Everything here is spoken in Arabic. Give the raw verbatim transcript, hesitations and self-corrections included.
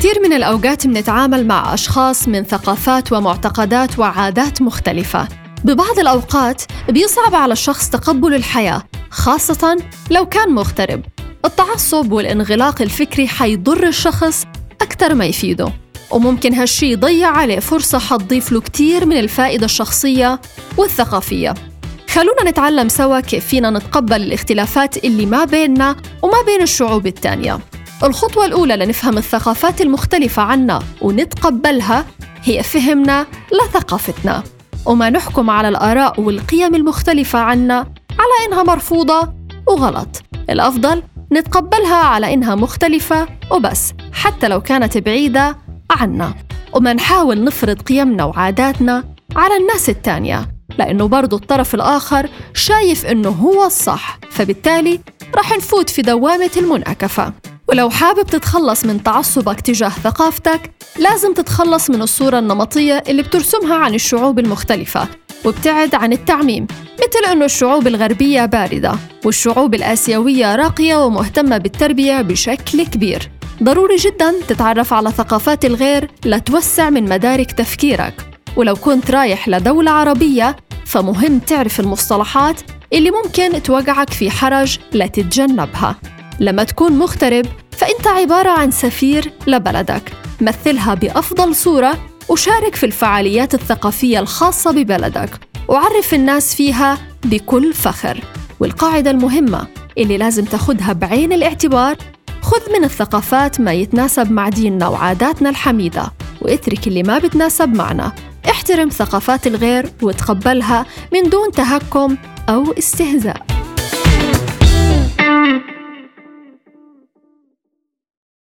كتير من الأوقات منتعامل مع أشخاص من ثقافات ومعتقدات وعادات مختلفة. ببعض الأوقات بيصعب على الشخص تقبل الحياة، خاصة لو كان مغترب. التعصب والانغلاق الفكري حيضر الشخص أكثر ما يفيده، وممكن هالشي يضيع عليه فرصة حتضيف له كتير من الفائدة الشخصية والثقافية. خلونا نتعلم سوا كيف فينا نتقبل الاختلافات اللي ما بيننا وما بين الشعوب التانية. الخطوة الأولى لنفهم الثقافات المختلفة عنا ونتقبلها هي فهمنا لثقافتنا، وما نحكم على الآراء والقيم المختلفة عنا على إنها مرفوضة وغلط. الأفضل نتقبلها على إنها مختلفة وبس، حتى لو كانت بعيدة عنا، وما نحاول نفرض قيمنا وعاداتنا على الناس التانية، لأنه برضو الطرف الآخر شايف إنه هو الصح، فبالتالي رح نفوت في دوامة المناكفة. ولو حابب تتخلص من تعصبك تجاه ثقافتك، لازم تتخلص من الصورة النمطية اللي بترسمها عن الشعوب المختلفة، وابتعد عن التعميم، مثل أنه الشعوب الغربية باردة والشعوب الآسيوية راقية ومهتمة بالتربية بشكل كبير. ضروري جداً تتعرف على ثقافات الغير لتوسع من مدارك تفكيرك. ولو كنت رايح لدولة عربية، فمهم تعرف المصطلحات اللي ممكن توقعك في حرج لتتجنبها. لما تكون مغترب، فأنت عبارة عن سفير لبلدك، مثلها بأفضل صورة وشارك في الفعاليات الثقافية الخاصة ببلدك، وعرف الناس فيها بكل فخر. والقاعدة المهمة اللي لازم تاخدها بعين الاعتبار: خذ من الثقافات ما يتناسب مع ديننا وعاداتنا الحميدة، واترك اللي ما بتناسب معنا. احترم ثقافات الغير وتقبلها من دون تهكم أو استهزاء.